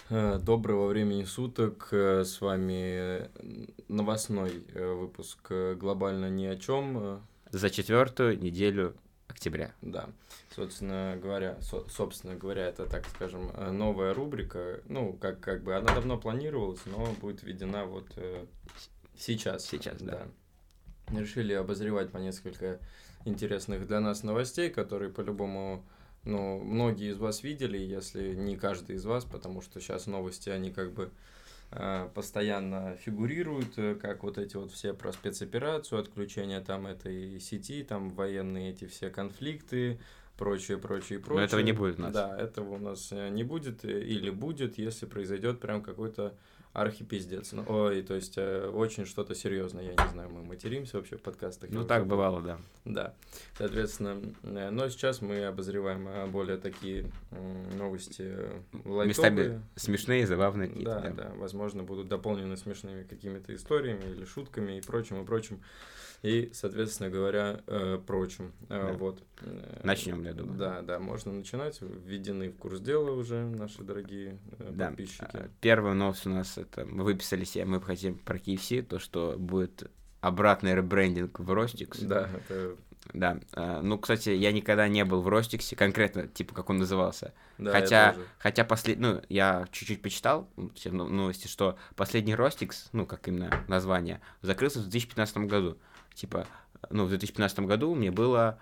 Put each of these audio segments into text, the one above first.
Доброго времени суток. С вами новостной выпуск «Глобально ни о чем». За 4 неделю октября. Да, собственно говоря, это, так скажем, новая рубрика. Ну, как бы она давно планировалась, но будет введена вот сейчас. Сейчас, да. Решили обозревать по несколько интересных для нас новостей, которые по-любому, ну, многие из вас видели, если не каждый из вас, потому что сейчас новости, они как бы постоянно фигурируют, как вот эти вот все про спецоперацию, отключение там этой сети, там военные эти все конфликты, прочее. Но этого не будет у нас. Да, этого у нас не будет или будет, если произойдет прям какой-то архипиздец. Ну, ой, то есть очень что-то серьезное, я не знаю, мы материмся вообще в подкастах. Ну, так бывало, да. Да, соответственно, но сейчас мы обозреваем более такие новости лайтовые. Местами смешные, забавные какие-то. Да, возможно, будут дополнены смешными какими-то историями или шутками и прочим. И, соответственно говоря, прочим. Да. Вот. Начнем, я думаю. Да, можно начинать. Введены в курс дела уже наши дорогие подписчики. Первая новость у нас, это мы выписали себе, мы хотим про KFC, то, что будет обратный ребрендинг в Ростикс. Да, это... Да, ну, кстати, я никогда не был в Ростиксе, конкретно, типа, как он назывался. Да, хотя я чуть-чуть почитал все новости, что последний Ростикс, ну, как именно название, закрылся в 2015 году. Типа, ну, в 2015 году мне было,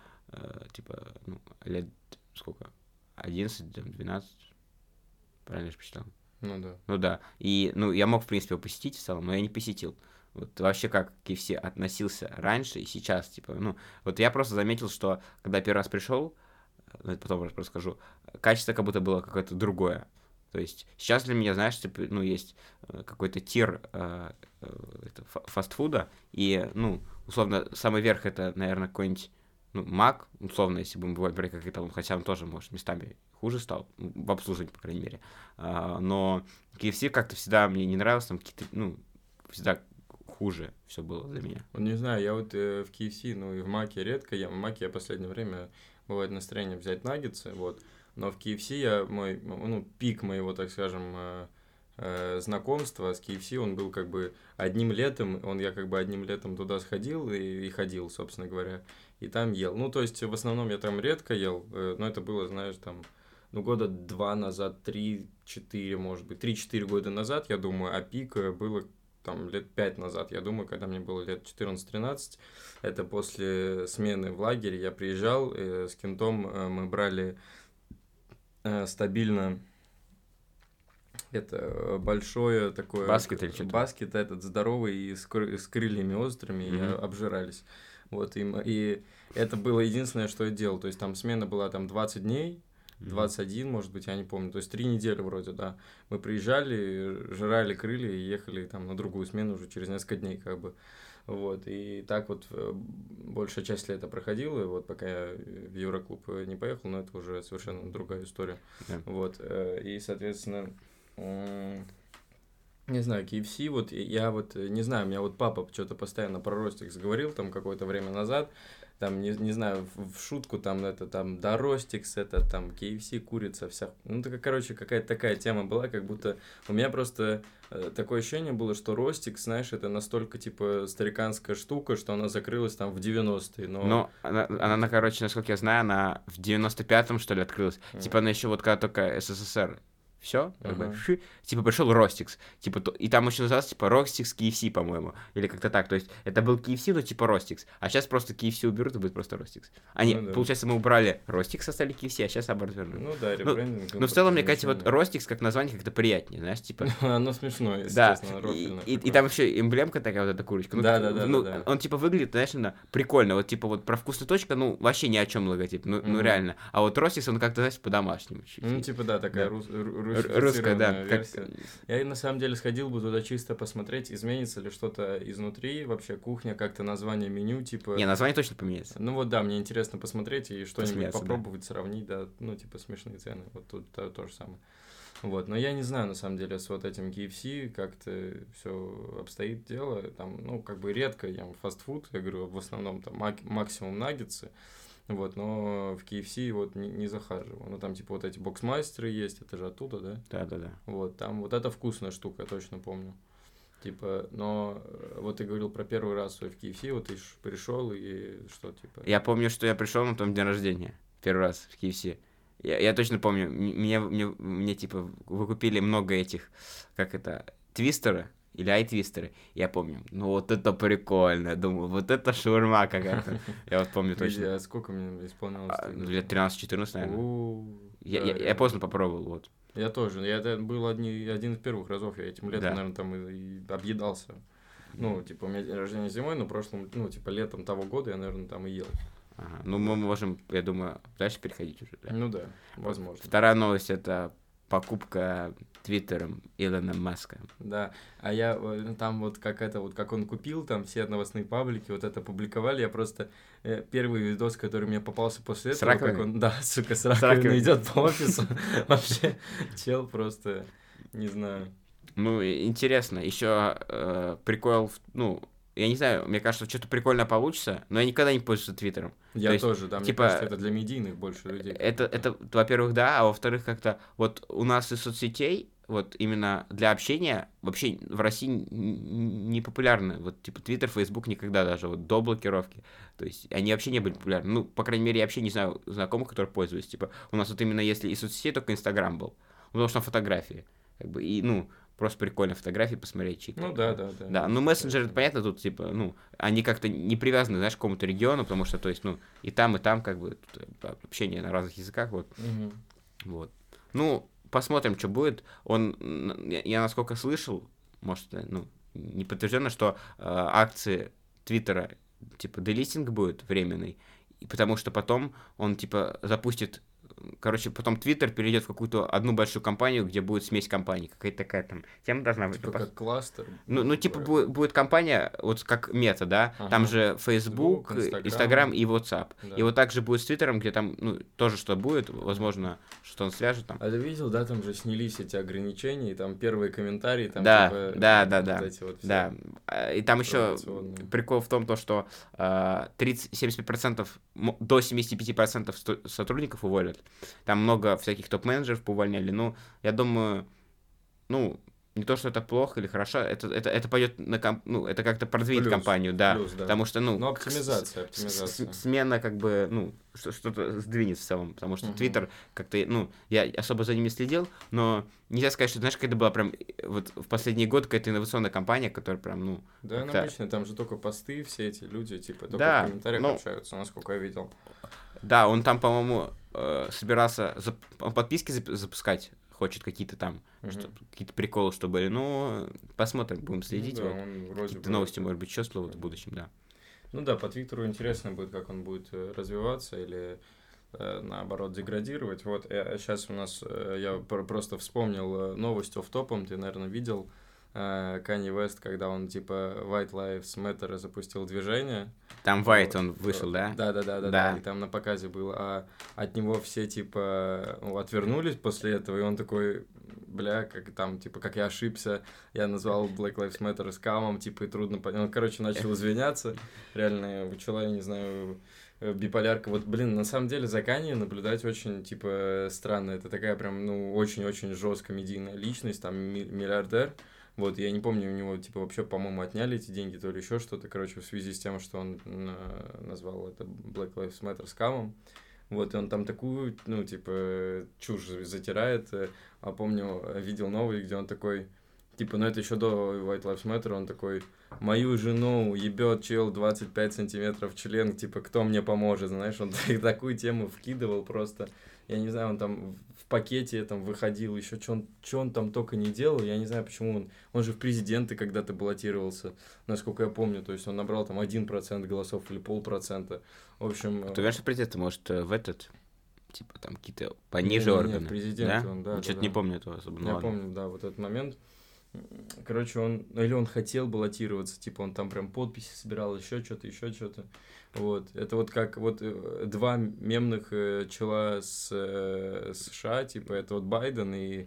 лет сколько? 11, 12, правильно же посчитал? Ну да. Ну да, и, я мог, в принципе, его посетить в целом, но я не посетил. Вот вообще как KFC относился раньше и сейчас, типа, вот я просто заметил, что когда первый раз пришел, это потом расскажу, качество как будто было какое-то другое. То есть сейчас для меня, знаешь, типа, есть какой-то тир фастфуда, и, условно, самый верх это, наверное, какой-нибудь, Мак, условно, если будем брать как это, хотя он тоже, может, местами хуже стал, в обслуживании, по крайней мере. Но KFC как-то всегда мне не нравился, там какие-то, всегда хуже все было для меня. Не знаю, я вот в KFC, и в Маке редко ем. В Маке я в последнее время бывает настроение взять наггетсы, вот. Но в KFC пик моего, так скажем, знакомства с KFC, он был как бы одним летом, я как бы одним летом туда сходил и ходил, собственно говоря, и там ел. Ну, то есть, в основном я там редко ел, но это было, знаешь, там, года 2 назад, 3-4, может быть, 3-4 года назад, я думаю, а пик было там лет 5 назад, я думаю, когда мне было лет 14-13, это после смены в лагере, я приезжал с кентом, мы брали стабильно это большое такое... Баскет или что-то? Баскет этот здоровый и с крыльями острыми, и обжирались. Вот, и это было единственное, что я делал. То есть там смена была там 20 дней, 21, может быть, я не помню. То есть 3 недели вроде, да. Мы приезжали, жрали крылья и ехали там на другую смену уже через несколько дней, как бы. Вот, и так вот большая часть лета проходила, вот, пока я в Евроклуб не поехал, но это уже совершенно другая история. Yeah. Вот, и, соответственно, не знаю, KFC, вот, я вот, не знаю, у меня вот папа что-то постоянно про Ростикс говорил там какое-то время назад, там, не знаю, в шутку там, да, Ростикс, это там KFC, курица, вся, короче, какая-то такая тема была, как будто у меня просто такое ощущение было, что Ростикс, знаешь, это настолько, типа, стариканская штука, что она закрылась там в 90-е, но... она, короче, насколько я знаю, она в 95-м, что ли, открылась, типа, она еще вот когда только СССР все, как бы, типа, пришел Ростикс, типа, и там еще назывался, типа, Ростикс KFC, по-моему, или как-то так, то есть, это был KFC, но, типа, Ростикс, а сейчас просто KFC уберут, и будет просто Ростикс. Получается, мы убрали Ростикс, оставили KFC, а сейчас обратно вернули. Ребрендинг. Но в целом, мне кажется, вот Ростикс, как название, как-то приятнее, знаешь, типа... Оно смешное, естественно, да, и там еще эмблемка такая, вот эта курочка. Да. Он, типа, выглядит, знаешь, прикольно, вот, типа, вот про вкусная точка, вообще ни о чем логотип, реально, а вот Ростикс, он как-то, знаешь, по-домашнему чуть-чуть. Типа, да, такая русская, да. Версия. Я на самом деле сходил бы туда чисто посмотреть, изменится ли что-то изнутри, вообще кухня, как-то название меню, типа... Не, название точно поменяется. Да, мне интересно посмотреть и что-нибудь попробовать, сравнить, да, типа смешные цены, вот тут то же самое. Вот, но я не знаю, на самом деле, с вот этим KFC как-то все обстоит дело, там, как бы редко ем фастфуд, я говорю, в основном там максимум наггетсы. Вот, но в KFC вот не захаживал. Ну, там, типа, вот эти боксмастеры есть, это же оттуда, да? Да-да-да. Вот, там вот это вкусная штука, я точно помню. Типа, но вот ты говорил про первый раз свой в KFC, вот ты пришел и что, типа... Я помню, что я пришел на том день рождения. Первый раз в KFC. Я точно помню, мне, типа, вы купили много этих, как это, твистеры или ай-твистеры. Я помню, ну вот это прикольно. Думаю, вот это шаурма какая-то. Я вот помню точно. А сколько мне исполнилось? Лет 13-14, наверное. Я Да, поздно попробовал, вот. Я тоже. Это был один из первых разов. Я этим летом, Да. наверное, там и объедался. Ну, типа, у меня день рождения зимой, но прошлым, ну, типа, летом того года я, наверное, там и ел. Ага. Ну, мы можем, я думаю, дальше переходить уже. Да? Ну да, возможно. Вторая новость — это покупка Твиттером Илона Маска. Да, а я там вот как он купил, там все новостные паблики вот это публиковали, я просто первый видос, который мне попался после этого, как он, да, сука, с раковиной идет по офису, вообще чел просто, не знаю. Ну, интересно, еще прикол, ну, я не знаю, мне кажется, что-то прикольное получится, но я никогда не пользуюсь Твиттером. Я тоже, да, типа, мне кажется, это для медийных больше людей. Это, во-первых, да, а во-вторых, как-то вот у нас из соцсетей, вот именно для общения, вообще в России не популярны. Вот типа Твиттер, Фейсбук никогда даже, вот до блокировки. То есть они вообще не были популярны. Ну, по крайней мере, я вообще не знаю знакомых, которые пользуются. Типа у нас вот именно если из соцсетей только Инстаграм был. Потому что там фотографии. Как бы, и, ну, просто прикольно фотографии посмотреть, чьи-то. Ну да. Да, ну мессенджеры, это понятно, тут, типа, ну, они как-то не привязаны, знаешь, к какому-то региону, потому что, то есть, ну, и там, как бы, тут общение на разных языках, вот. Угу. Вот. Ну, посмотрим, что будет. Я насколько слышал, может, ну, не подтверждено, что акции Твиттера, типа, делистинг будет временный, и потому что потом он, типа, запустит. Короче, потом Твиттер перейдет в какую-то одну большую компанию, где будет смесь компаний. Какая-то такая там тема должна быть. Типа как кластер. Ну типа будет компания, вот как Мета, да? Ага. Там же Facebook, Instagram и WhatsApp. Да. И вот так же будет с Твиттером, где там, ну, тоже что будет, возможно, что он свяжет там. А ты видел, да, там же снялись эти ограничения, и там первые комментарии, там да, типа... Да. Вот эти вот все. Да. И там еще прикол в том, что 75%, до 75% сотрудников уволят. Там много всяких топ-менеджеров поувольняли. Ну, я думаю, ну, не то, что это плохо или хорошо, это пойдет на ну, это как-то продвинет компанию, да. Плюс, да. Потому что, ну, оптимизация. Смена, как бы, ну, что-то сдвинет в целом. Потому что Твиттер как-то, ну, я особо за ним не следил, но нельзя сказать, что, знаешь, когда была прям вот в последний год какая-то инновационная компания, которая прям, ну. Да, обычно там же только посты, все эти люди, типа, только да, в комментариях общаются, насколько я видел. Да, он там, по-моему, собирался подписки запускать. Хочет какие-то там, какие-то приколы, что были. Ну, посмотрим, будем следить. Ну, да, вот. Какие-то новости, может быть, еще всплывут в будущем, да. Ну да, по Твиттеру интересно будет, как он будет развиваться или наоборот деградировать. Вот сейчас у нас, я просто вспомнил новость офф-топом, ты, наверное, видел Канье Уэст, когда он типа White Lives Matter запустил движение. Там White он вышел, да? Да, и там на показе был, а от него все типа отвернулись после этого, и он такой, бля, как там, типа, как я ошибся, я назвал Black Lives Matter скамом, типа, и трудно понять. Он, короче, начал извиняться, реально, у человека, не знаю, биполярка. Вот, блин, на самом деле за Канье наблюдать очень, типа, странно. Это такая прям, ну, очень-очень жестко медийная личность, там, миллиардер. Вот, я не помню, у него, типа, вообще, по-моему, отняли эти деньги, то ли еще что-то, короче, в связи с тем, что он назвал это Black Lives Matter скамом. Вот, и он там такую, ну, типа, чушь затирает. А помню, видел новый, где он такой, типа, ну, это еще до White Lives Matter, он такой, мою жену ебет чел 25 сантиметров член, типа, кто мне поможет, знаешь, он такую тему вкидывал просто. Я не знаю, он там в пакете там выходил, еще что он там только не делал, я не знаю, почему он же в президенты когда-то баллотировался, насколько я помню, то есть он набрал там 1% голосов или 0,5%, в общем... Ты уверен, что президент, может, в этот, типа, там, какие-то пониже органы? Президент, да? Он, да. Что-то не помню этого особо. Я помню, да, вот этот момент. Короче, он хотел баллотироваться, типа, он там прям подписи собирал, еще что-то. Вот, это вот как вот два мемных чела с США, типа, это вот Байден и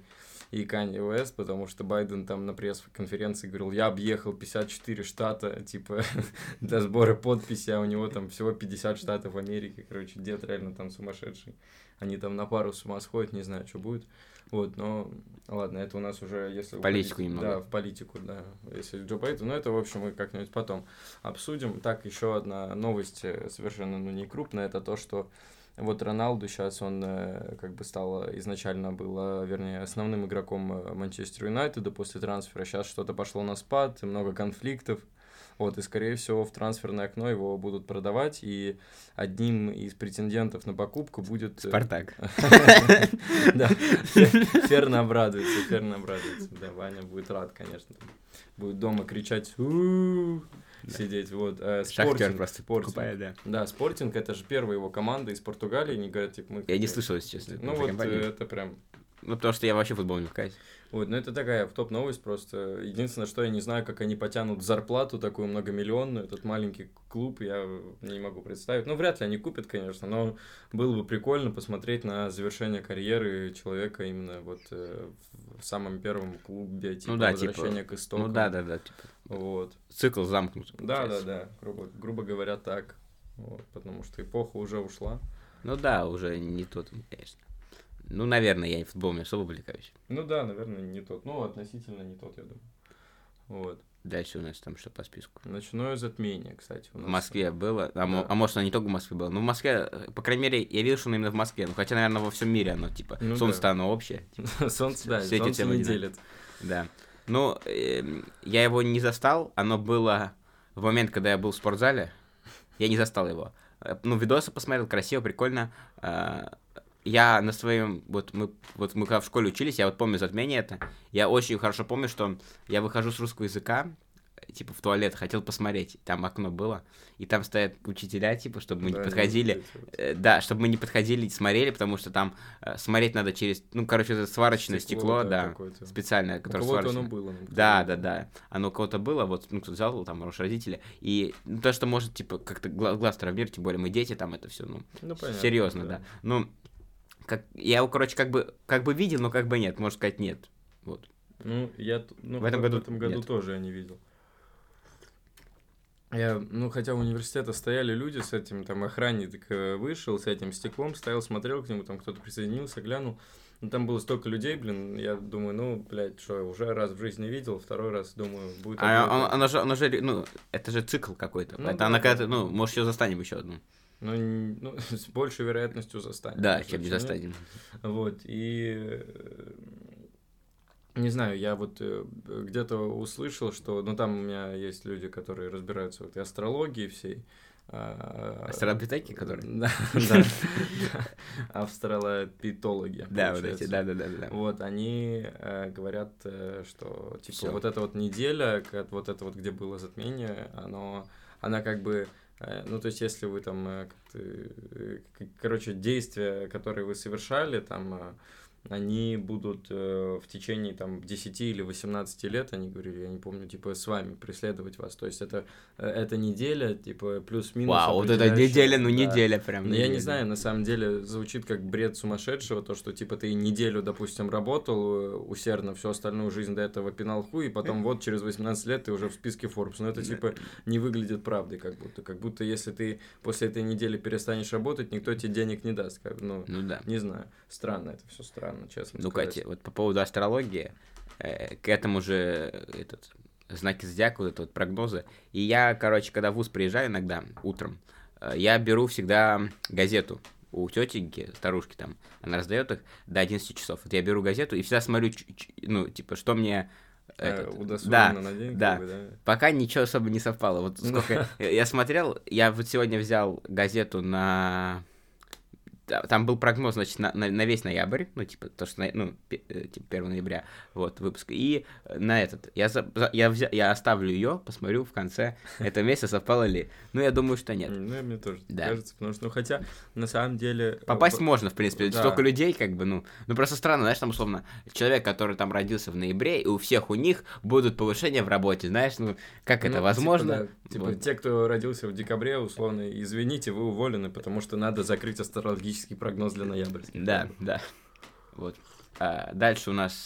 и Канье Уэст, потому что Байден там на пресс-конференции говорил, я объехал 54 штата, типа, для сбора подписи, а у него там всего 50 штатов в Америке, короче, дед реально там сумасшедший. Они там на пару с ума сходят, не знаю, что будет. Вот, но ладно, это у нас уже, если... В политику немного. Да, в политику, да. Если Джо Байден, ну это, в общем, мы как-нибудь потом обсудим. Так, еще одна новость совершенно, ну, не крупная, это то, что вот Роналду сейчас, он как бы стал, изначально был, вернее, основным игроком Манчестер Юнайтеда после трансфера, сейчас что-то пошло на спад, много конфликтов. Вот, и, скорее всего, в трансферное окно его будут продавать, и одним из претендентов на покупку будет... Спартак. Да, Ферно обрадуется. Да, Ваня будет рад, конечно. Будет дома кричать, сидеть, вот. Шахтер просто покупает, да. Да, Спортинг, это же первая его команда из Португалии, они говорят, типа, мы... Я не слышал, если честно. Ну, вот это прям... Ну, потому что я вообще в футбол не вкаюсь. Вот, ну это такая топ-новость просто. Единственное, что я не знаю, как они потянут зарплату такую многомиллионную, этот маленький клуб, я не могу представить. Ну, вряд ли они купят, конечно, но было бы прикольно посмотреть на завершение карьеры человека именно вот в самом первом клубе, типа, ну, да, возвращение типа, к истокам. Ну, да, типа. Вот. Цикл замкнут. Да, грубо говоря, так. Вот, потому что эпоха уже ушла. Ну да, уже не тот, конечно. Ну, наверное, я футболом не особо увлекаюсь. Ну да, наверное, не тот. Ну, относительно не тот, я думаю. Вот. Дальше у нас там что по списку? Ночное затмение, кстати. У нас... В Москве было. Да. А может, оно не только в Москве было. Но в Москве, по крайней мере, я видел, что оно именно в Москве. Ну, хотя, наверное, во всем мире оно, типа, ну, солнце-то да. оно общее. Солнце, да, все эти солнце темы не делит. Да. Ну, я его не застал. Оно было в момент, когда я был в спортзале. Я не застал его. Ну, видосы посмотрел, красиво, прикольно. Я на своем, вот мы когда в школе учились, я вот помню затмение это, я очень хорошо помню, что я выхожу с русского языка, типа в туалет, хотел посмотреть, там окно было, и там стоят учителя, типа, чтобы мы не подходили, да, чтобы мы не подходили, смотрели, потому что там смотреть надо через, ну, короче, это сварочное стекло, да, специальное, которое сварочное. Оно было. Да, оно у кого-то было, вот, ну, кто взял, там, хорошие родители, и ну, то, что может, типа, как-то глаз травмировать, тем более мы дети, там, это все, ну понятно, серьезно, да. Ну, я его, короче, как бы видел, но как бы нет, можно сказать, нет. Вот. Ну, я в этом году тоже я не видел. Хотя у университета стояли люди с этим, там, охранник вышел с этим стеклом, стоял, смотрел к нему, там кто-то присоединился, глянул. Ну, там было столько людей, блин, я думаю, ну, блядь, что, уже раз в жизни видел, второй раз, думаю, будет... Оно же, ну, это же цикл какой-то, ну, это да, она да, какая-то, ну, может, еще застанем еще одну. Ну, с большей вероятностью застанем. Да, чем не застанем. Вот, и... Не знаю, я вот где-то услышал, что... Ну, там у меня есть люди, которые разбираются в этой астрологии всей. Астролопитеки, которые? Да. Австралопитологи. Да, вот эти, да. Вот, они говорят, что, типа, вот эта вот неделя, вот это вот, где было затмение, она как бы... Ну, то есть, если вы там... Короче, действия, которые вы совершали, там... Они будут в течение там 10 или 18 лет, они говорили, я не помню, типа, с вами преследовать вас. То есть это неделя, типа, плюс-минус. Вау, вот эта неделя, ну, да. Неделя прям. Но я не знаю, на самом деле звучит как бред сумасшедшего, то, что, типа, ты неделю, допустим, работал усердно, всю остальную жизнь до этого пинал хуй, и потом вот через 18 лет ты уже в списке Forbes. Но это, типа, не выглядит правдой как будто. Как будто если ты после этой недели перестанешь работать, никто тебе денег не даст. Ну да. Не знаю. Странно это все, странно. Честно ну, сказать. Катя, вот по поводу астрологии, к этому же знаки зодиака, вот это вот прогнозы. И я, короче, когда в вуз приезжаю иногда утром, я беру всегда газету у тетеньки, старушки там, она раздает их до 11 часов. Вот я беру газету и всегда смотрю, ну, типа, что мне... удосуженно на день, да. Как бы, да. Пока ничего особо не совпало. Вот сколько я смотрел, я вот сегодня взял газету на... Там был прогноз, значит, на весь ноябрь, ну, типа, то, что, ну, типа, 1 ноября, вот, выпуск. И на этот, я оставлю ее, посмотрю в конце этого месяца, совпало ли. Ну, я думаю, что нет. Ну, мне тоже кажется, потому что, ну, хотя, на самом деле... Попасть можно, в принципе, да. Столько людей, как бы, ну, просто странно, знаешь, там, условно, человек, который там родился в ноябре, и у всех у них будут повышения в работе, знаешь, ну, как это возможно? Типа, вот. Те, кто родился в декабре, условно, извините, вы уволены, потому что надо закрыть астрологический прогноз для ноября. Да. Вот. Дальше у нас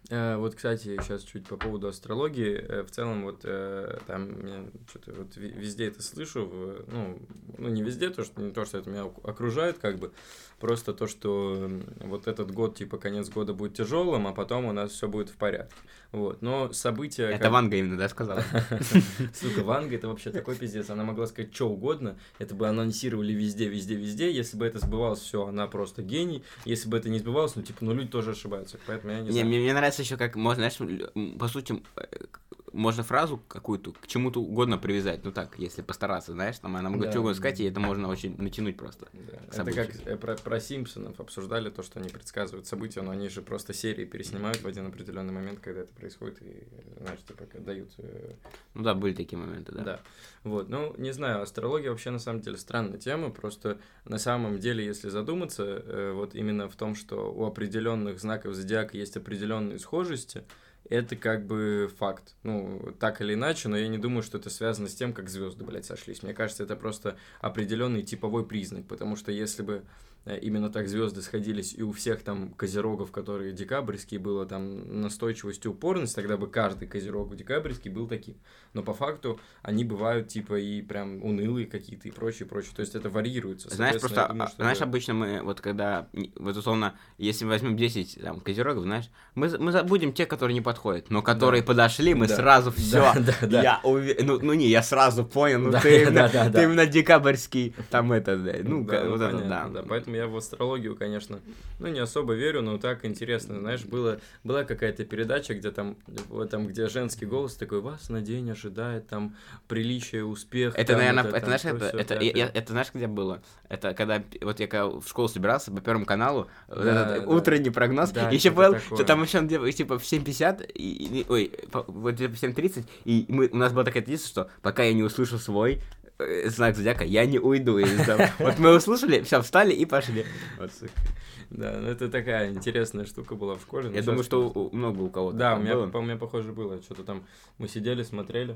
Вот, кстати, сейчас чуть по поводу астрологии. В целом, вот там я что-то вот везде это слышу. Ну, не везде, не то, что это меня окружает, как бы. Просто то, что вот этот год, типа, конец года будет тяжелым, а потом у нас все будет в порядке. Вот. Но события... Это Ванга именно, да, сказала? Сука, Ванга это вообще такой пиздец. Она могла сказать что угодно. Это бы анонсировали везде. Если бы это сбывалось, все, она просто гений. Если бы это не сбывалось, люди тоже ошибаются. Поэтому я не знаю. Мне нравится еще, как можно, знаешь, по сути, можно фразу какую-то к чему-то угодно привязать. Ну так, если постараться, знаешь, там она могла что угодно сказать, и это можно очень натянуть просто. Да. Это как про Симпсонов обсуждали, то, что они предсказывают события, но они же просто серии переснимают в один определенный момент, когда это происходит, и, знаешь, типа, дают... Ну да, были такие моменты, да. Да. Вот, ну, не знаю, астрология вообще, на самом деле, странная тема, просто на самом деле, если задуматься, вот именно в том, что у определенных знаков зодиака есть определенные схожести, это как бы факт. Ну, так или иначе, но я не думаю, что это связано с тем, как звезды, блядь, сошлись. Мне кажется, это просто определенный типовой признак, потому что если бы именно так звезды сходились, и у всех там козерогов, которые декабрьские, было там настойчивость и упорность, тогда бы каждый козерог декабрьский был таким. Но по факту они бывают типа и прям унылые какие-то и прочее. То есть это варьируется. Знаешь, просто, думаю, знаешь, обычно мы вот когда, вот условно, если мы возьмем 10 там, козерогов, знаешь, мы забудем те, которые не подходят, но которые подошли, мы сразу все. Я уверен, я сразу понял, ты именно декабрьский, там это, вот это, да. Поэтому я в астрологию, конечно, не особо верю, но так интересно, знаешь, была какая-то передача, где там, где женский голос такой, вас на день ожидает там приличие, успех. Это, наверное, это знаешь, где было? Это когда, вот я когда в школу собирался по Первому каналу, утренний прогноз, еще был, что там еще типа в 7:50, вот в 7:30, и у нас была такая традиция, что пока я не услышу свой знак зодиака, я не уйду. Вот мы услышали, все, встали и пошли. Да, это такая интересная штука была в школе. Я думаю, что много у кого-то. Да, у меня похоже было. Что-то там мы сидели, смотрели.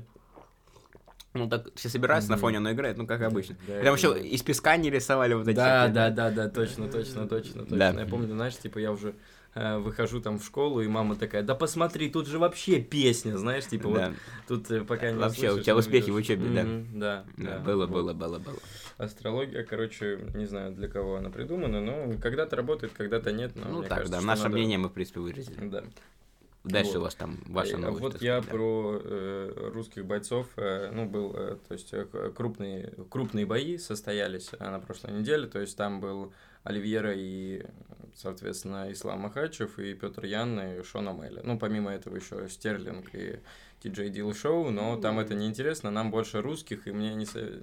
Ну, так все собираются, на фоне оно играет, как обычно. Да, там еще из песка не рисовали вот эти... Да, точно. Да. Я помню, знаешь, типа я уже выхожу там в школу, и мама такая, да посмотри, тут же вообще песня, знаешь, типа вот тут пока не вообще, у тебя успехи в учебе, да. Было. Астрология, короче, не знаю, для кого она придумана, но когда-то работает, когда-то нет. Ну так, кажется, да, наше мнение мы, в принципе, выразили. Да. Дальше у вас там ваша новость. Вот я про русских бойцов, был, то есть крупные бои состоялись на прошлой неделе, то есть там был Оливьера и, соответственно, Ислам Махачев, и Петр Ян, и Шон Омели. Ну, помимо этого еще Стерлинг и Ти-Джей Диллшоу, но там это не интересно, нам больше русских, и мне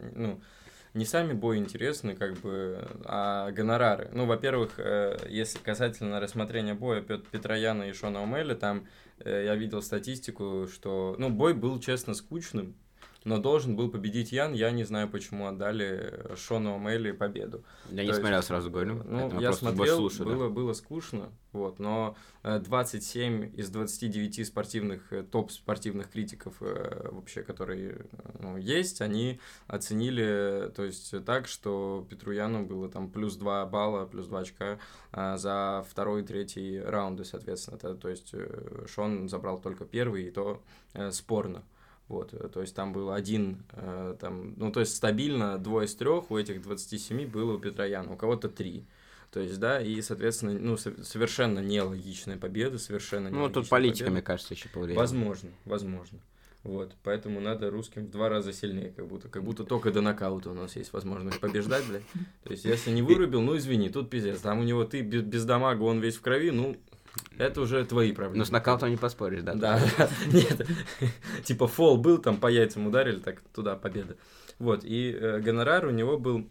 не сами бои интересны, как бы, а гонорары. Ну, во-первых, если касательно рассмотрения боя Петра Яна и Шона Омели, там я видел статистику, что, бой был, честно, скучным, но должен был победить Ян, я не знаю, почему отдали Шону Омели победу. Я не смотрел, сразу говорю. Я смотрел, было скучно, вот, но 27 из 29 топ-спортивных критиков вообще, которые есть, они оценили, то есть так, что Петру Яну было там плюс 2 балла, плюс 2 очка за второй и третий раунды, соответственно. То есть Шон забрал только первый, и то спорно. Вот, то есть там был один, то есть стабильно 2 из 3 у этих 27 было у Петра Яна, у кого-то 3. То есть, да, и, соответственно, совершенно нелогичная победа, совершенно нелогичная тут политика, мне кажется, еще повлияла. Возможно. Вот, поэтому надо русским в 2 раза сильнее, как будто только до нокаута у нас есть возможность побеждать, блядь. То есть, если не вырубил, извини, тут пиздец, там у него ты без дамага, он весь в крови, это уже твои проблемы. Но с нокаутом не поспоришь, да? Да, нет, типа фол был, там по яйцам ударили, так туда победа. Вот, и гонорар у него был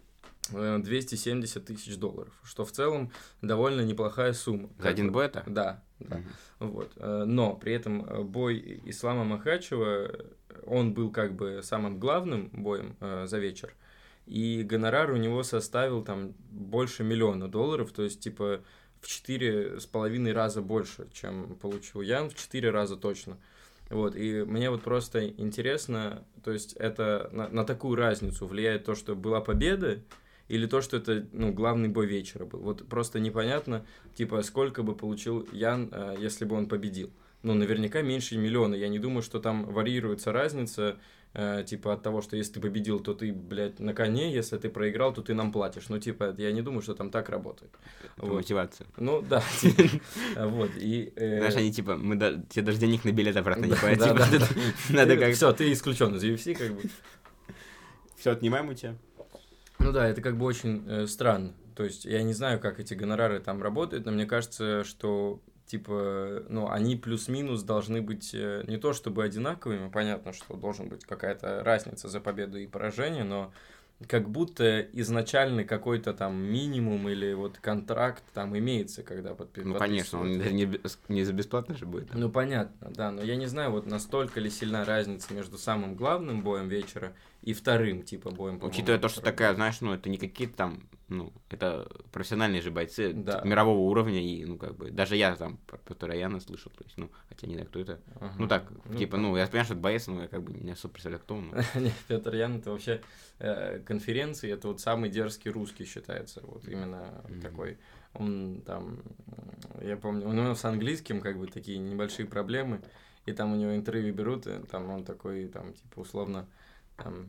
$270 тысяч, что в целом довольно неплохая сумма. За один бой это? Да. Вот. Но при этом бой Ислама Махачева, он был как бы самым главным боем за вечер, и гонорар у него составил там больше $1 миллиона, то есть типа в 4,5 раза больше, чем получил Ян, в 4 раза точно. Вот, и мне вот просто интересно, то есть это на такую разницу влияет то, что была победа, или то, что это, ну, главный бой вечера был. Вот просто непонятно, типа, сколько бы получил Ян, если бы он победил. Ну, наверняка меньше миллиона. Я не думаю, что там варьируется разница, типа, от того, что если ты победил, то ты, блядь, на коне, если ты проиграл, то ты нам платишь. Ну, типа, я не думаю, что там так работает. Это мотивация. Ну, да. Вот, и... Знаешь, они, типа, тебе даже денег на билет обратно не хватит. Надо как... Все, ты исключен из UFC, как бы. Все, отнимаем у тебя. Ну да, это как бы очень странно. То есть я не знаю, как эти гонорары там работают, но мне кажется, что типа, ну, они плюс-минус должны быть не то чтобы одинаковыми, понятно, что должен быть какая-то разница за победу и поражение, но как будто изначальный какой-то там минимум или вот контракт там имеется, когда подписывают. Ну, конечно, он не за бесплатно же будет. Ну, понятно, да, но я не знаю, вот настолько ли сильна разница между самым главным боем вечера и вторым, типа, боем, учитывая то, что такая, знаешь, ну, это не какие-то там, ну, это профессиональные же бойцы да. мирового уровня, и, ну, как бы, даже я там про Раяна слышал, то есть, ну, хотя не знаю, кто это. Ага. Ну, так, ну, типа, ну, я понимаю, что это боец, но я как бы не особо представляю, кто он. Нет, Петр Ян, это вообще конференции, это вот самый дерзкий русский считается, вот именно такой. Он там, я помню, у него с английским как бы такие небольшие проблемы, и там у него интервью берут, и там он такой, там, типа, условно, там,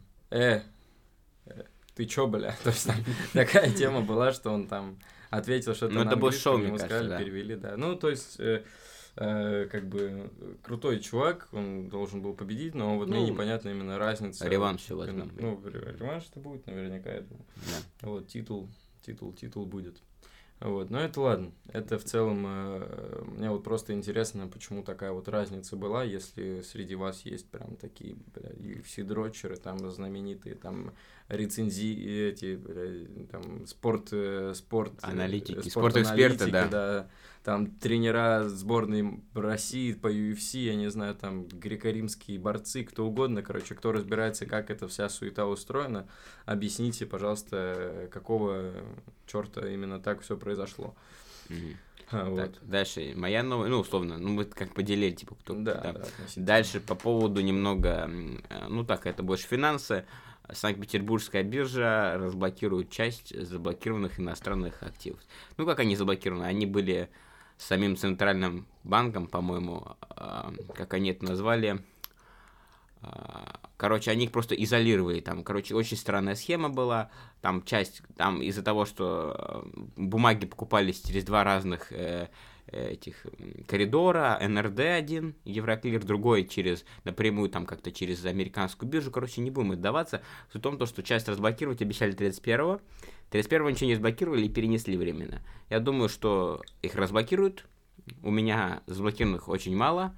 ты чё, бля? То есть там такая тема была, что он там ответил что-то на английском, ему сказали, перевели, да. Ну, то есть, как бы, крутой чувак, он должен был победить, но вот мне непонятна именно разница. Реванш все возьмем. Ну, реванш-то будет наверняка, я думаю. Да. Вот, титул будет. Вот, но это ладно. Это в целом, мне вот просто интересно, почему такая вот разница была, если среди вас есть прям такие, бля, UFC-дрочеры, там, знаменитые, там, рецензии, эти, бля, там, аналитики, спортэксперты, да, там, тренера сборной России по UFC, я не знаю, там, греко-римские борцы, кто угодно, короче, кто разбирается, как эта вся суета устроена, объясните, пожалуйста, какого черта именно так все произошло. Вот. Так, дальше, моя новая, ну, условно, ну, мы как поделили, типа, кто да, дальше по поводу немного, ну, так, это больше финансы. Санкт-Петербургская биржа разблокирует часть заблокированных иностранных активов. Ну, как они заблокированы? Они были самим Центральным банком, по-моему, как они это назвали. Короче, они их просто изолировали. Там, короче, очень странная схема была. Там часть, там из-за того, что бумаги покупались через два разных этих коридора, НРД-1, Евроклир, другой через напрямую, там как-то через американскую биржу, короче, не будем отдаваться. Суть в том, что часть разблокировать обещали 31-го, 31-го ничего не разблокировали и перенесли временно. Я думаю, что их разблокируют, у меня заблокированных очень мало,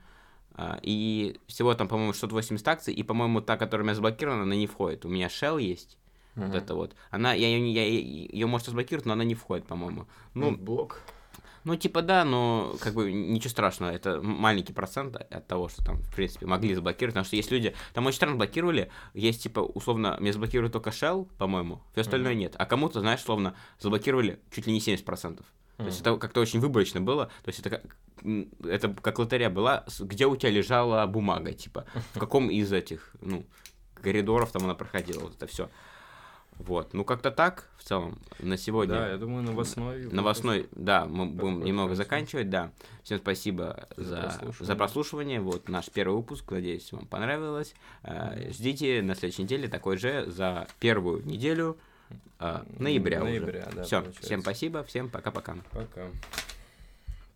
и всего там, по-моему, 680 акций, и, по-моему, та, которая у меня заблокирована, она не входит. У меня Shell есть, вот это вот. Она, я ее может разблокировать, но она не входит, по-моему. Ну, блок. Ну, типа, да, но, как бы, ничего страшного, это маленький процент от того, что там, в принципе, могли заблокировать, потому что есть люди, там очень странно блокировали, есть, типа, условно, мне заблокируют только Shell, по-моему, все остальное нет, а кому-то, знаешь, словно, заблокировали чуть ли не 70%. То есть это как-то очень выборочно было, то есть это как лотерея была, где у тебя лежала бумага, типа, в каком из этих, ну, коридоров там она проходила, вот это все. Вот, ну как-то так, в целом, на сегодня. Да, я думаю, новостной, да, мы будем немного заканчивать, да. Всем спасибо за прослушивание, вот наш первый выпуск, надеюсь, вам понравилось. Ждите на следующей неделе такой же за первую неделю ноября уже. Да, все, всем спасибо, всем пока-пока. Пока.